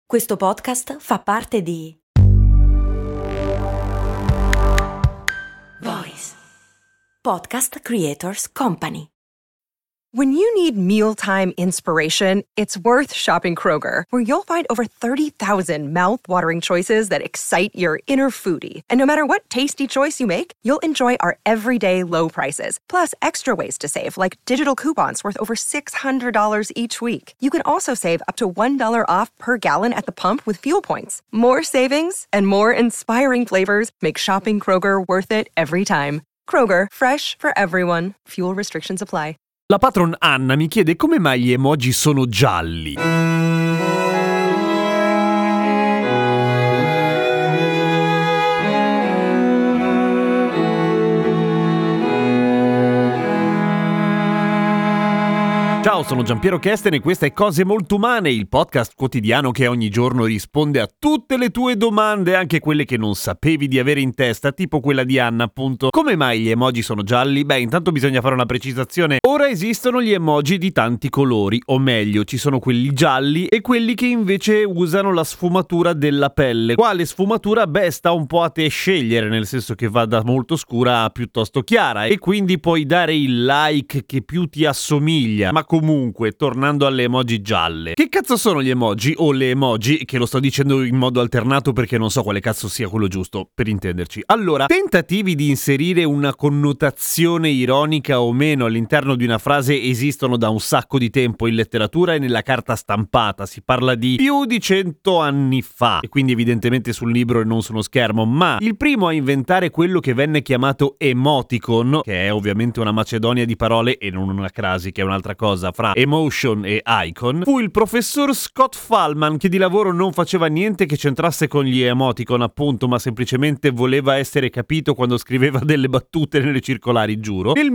Questo podcast fa parte di Voice Podcast Creators Company. When you need mealtime inspiration, it's worth shopping Kroger, where you'll find over 30,000 mouth-watering choices that excite your inner foodie. And no matter what tasty choice you make, you'll enjoy our everyday low prices, plus extra ways to save, like digital coupons worth over $600 each week. You can also save up to $1 off per gallon at the pump with fuel points. More savings and more inspiring flavors make shopping Kroger worth it every time. Kroger, fresh for everyone. Fuel restrictions apply. La patron Anna mi chiede come mai gli emoji sono gialli. Ciao, sono Giampiero Kesten e questa è Cose Molto Umane, il podcast quotidiano che ogni giorno risponde a tutte le tue domande, anche quelle che non sapevi di avere in testa, tipo quella di Anna, appunto. Come mai gli emoji sono gialli? Beh, intanto bisogna fare una precisazione. Ora esistono gli emoji di tanti colori, o meglio, ci sono quelli gialli e quelli che invece usano la sfumatura della pelle. Quale sfumatura? Beh, sta un po' a te scegliere, nel senso che va da molto scura a piuttosto chiara, e quindi puoi dare il like che più ti assomiglia. Ma comunque, tornando alle emoji gialle, che cazzo sono gli emoji o le emoji? Che lo sto dicendo in modo alternato perché non so quale cazzo sia quello giusto, per intenderci. Allora, tentativi di inserire una connotazione ironica o meno all'interno di una frase esistono da un sacco di tempo in letteratura e nella carta stampata. Si parla di più di 100 anni fa, e quindi evidentemente sul libro e non su uno schermo. Ma il primo a inventare quello che venne chiamato emoticon, che è ovviamente una macedonia di parole e non una crasi, che è un'altra cosa, fra emotion e icon, fu il professor Scott Fahlman, che di lavoro non faceva niente che c'entrasse con gli emoticon, appunto, ma semplicemente voleva essere capito quando scriveva delle battute nelle circolari, giuro. Nel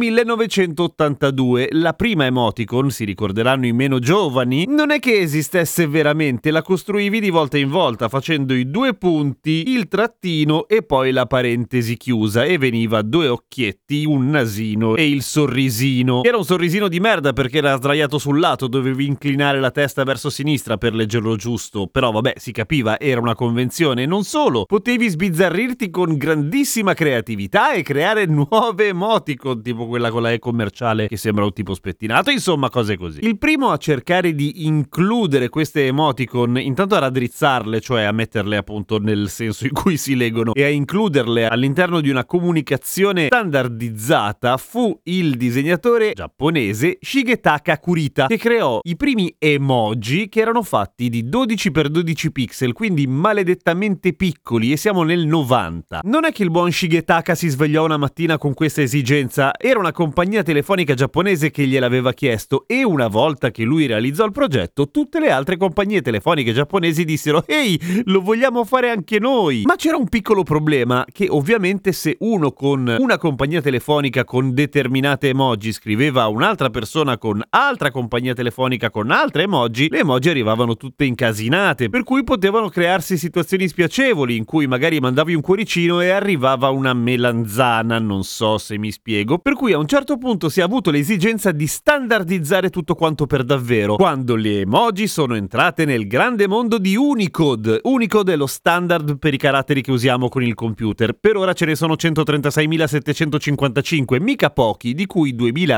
1982 la prima emoticon, si ricorderanno i meno giovani, non è che esistesse veramente, la costruivi di volta in volta facendo i due punti, il trattino e poi la parentesi chiusa, e veniva due occhietti, un nasino e il sorrisino. Era un sorrisino di merda perché era sdraiato sul lato, dovevi inclinare la testa verso sinistra per leggerlo giusto, però vabbè, si capiva, era una convenzione. E non solo, potevi sbizzarrirti con grandissima creatività e creare nuove emoticon, tipo quella con la E commerciale che sembra un tipo spettinato, insomma cose così. Il primo a cercare di includere queste emoticon, intanto a raddrizzarle, cioè a metterle appunto nel senso in cui si leggono, e a includerle all'interno di una comunicazione standardizzata, fu il disegnatore giapponese Shigetaka Kurita, che creò i primi emoji che erano fatti di 12x12 pixel, quindi maledettamente piccoli, e siamo nel 90. Non è che il buon Shigetaka si svegliò una mattina con questa esigenza, era una compagnia telefonica giapponese che gliel'aveva chiesto, e una volta che lui realizzò il progetto, tutte le altre compagnie telefoniche giapponesi dissero «Ehi, lo vogliamo fare anche noi!» Ma c'era un piccolo problema, che ovviamente se uno con una compagnia telefonica con determinate emoji scriveva a un'altra persona con altra compagnia telefonica con altre emoji, le emoji arrivavano tutte incasinate, per cui potevano crearsi situazioni spiacevoli in cui magari mandavi un cuoricino e arrivava una melanzana, non so se mi spiego, per cui a un certo punto si è avuto l'esigenza di standardizzare tutto quanto per davvero, quando le emoji sono entrate nel grande mondo di Unicode. Unicode è lo standard per i caratteri che usiamo con il computer. Per ora ce ne sono 136.755, mica pochi, di cui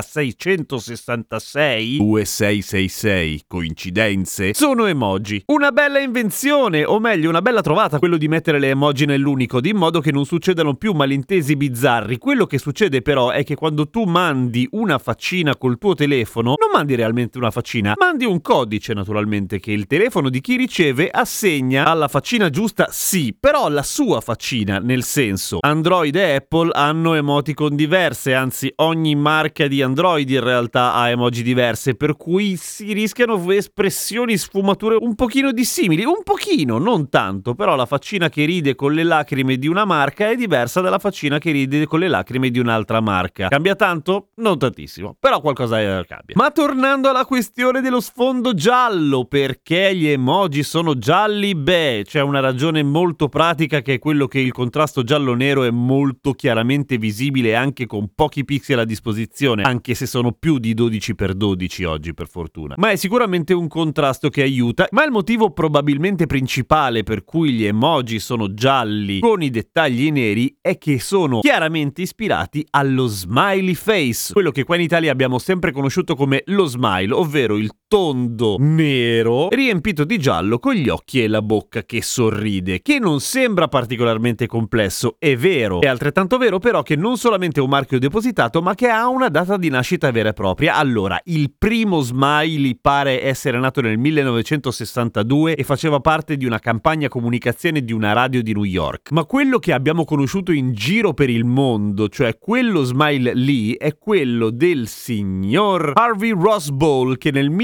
2.666 2666, coincidenze, sono emoji. Una bella invenzione, o meglio una bella trovata, quello di mettere le emoji nell'Unicode, in modo che non succedano più malintesi bizzarri. Quello che succede però è che quando tu mandi una faccina col tuo telefono, non mandi realmente una faccina, mandi un codice naturalmente che il telefono di chi riceve assegna alla faccina giusta, sì, però la sua faccina, nel senso, Android e Apple hanno emoticon diverse, anzi ogni marca di Android in realtà ha emoji diverse, per cui si rischiano espressioni, sfumature un pochino dissimili, un pochino, non tanto, però la faccina che ride con le lacrime di una marca è diversa dalla faccina che ride con le lacrime di un'altra marca. Cambia tanto? Non tantissimo, però qualcosa cambia. Ma tornando alla questione dello sfondo giallo, perché gli emoji sono gialli? Beh, c'è una ragione molto pratica, che è quello che il contrasto giallo-nero è molto chiaramente visibile anche con pochi pixel a disposizione, anche se sono più di 12x12. 12 oggi per fortuna. Ma è sicuramente un contrasto che aiuta, ma il motivo probabilmente principale per cui gli emoji sono gialli con i dettagli neri è che sono chiaramente ispirati allo smiley face, quello che qua in Italia abbiamo sempre conosciuto come lo smile, ovvero il tondo nero riempito di giallo con gli occhi e la bocca che sorride, che non sembra particolarmente complesso, è vero. È altrettanto vero però che non solamente è un marchio depositato, ma che ha una data di nascita vera e propria. Allora, il primo smiley pare essere nato nel 1962 e faceva parte di una campagna comunicazione di una radio di New York. Ma quello che abbiamo conosciuto in giro per il mondo, cioè quello smile lì, è quello del signor Harvey Rosball, che nel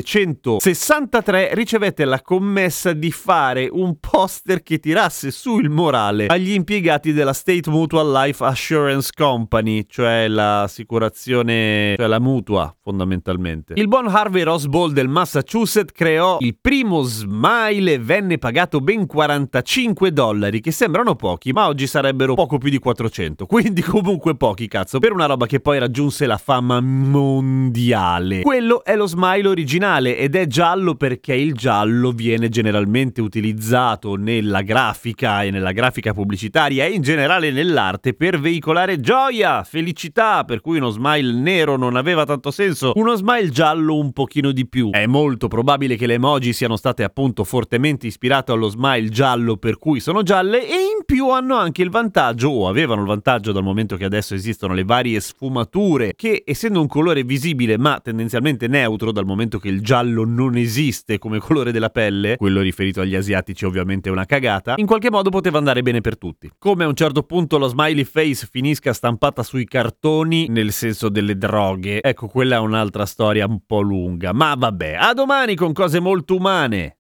1963 ricevette la commessa di fare un poster che tirasse su il morale agli impiegati della State Mutual Life Assurance Company, cioè l'assicurazione, cioè la mutua fondamentalmente. Il buon Harvey Rosball del Massachusetts creò il primo smile e venne pagato ben $45, che sembrano pochi, ma oggi sarebbero poco più di 400, quindi comunque pochi, cazzo, per una roba che poi raggiunse la fama mondiale. Quello è lo smile originale ed è giallo perché il giallo viene generalmente utilizzato nella grafica e nella grafica pubblicitaria e in generale nell'arte per veicolare gioia, felicità, per cui uno smile nero non aveva tanto senso, uno smile giallo un pochino di più. È molto probabile che le emoji siano state appunto fortemente ispirate allo smile giallo per cui sono gialle, e in più hanno anche il vantaggio, o avevano il vantaggio dal momento che adesso esistono le varie sfumature, che essendo un colore visibile ma tendenzialmente neutro, dal momento che il giallo non esiste come colore della pelle, quello riferito agli asiatici ovviamente è una cagata, in qualche modo poteva andare bene per tutti. Come a un certo punto lo smiley face finisca stampata sui cartoni nel senso delle droghe, ecco, quella è un'altra storia un po' lunga, ma vabbè, a domani con cose molto umane.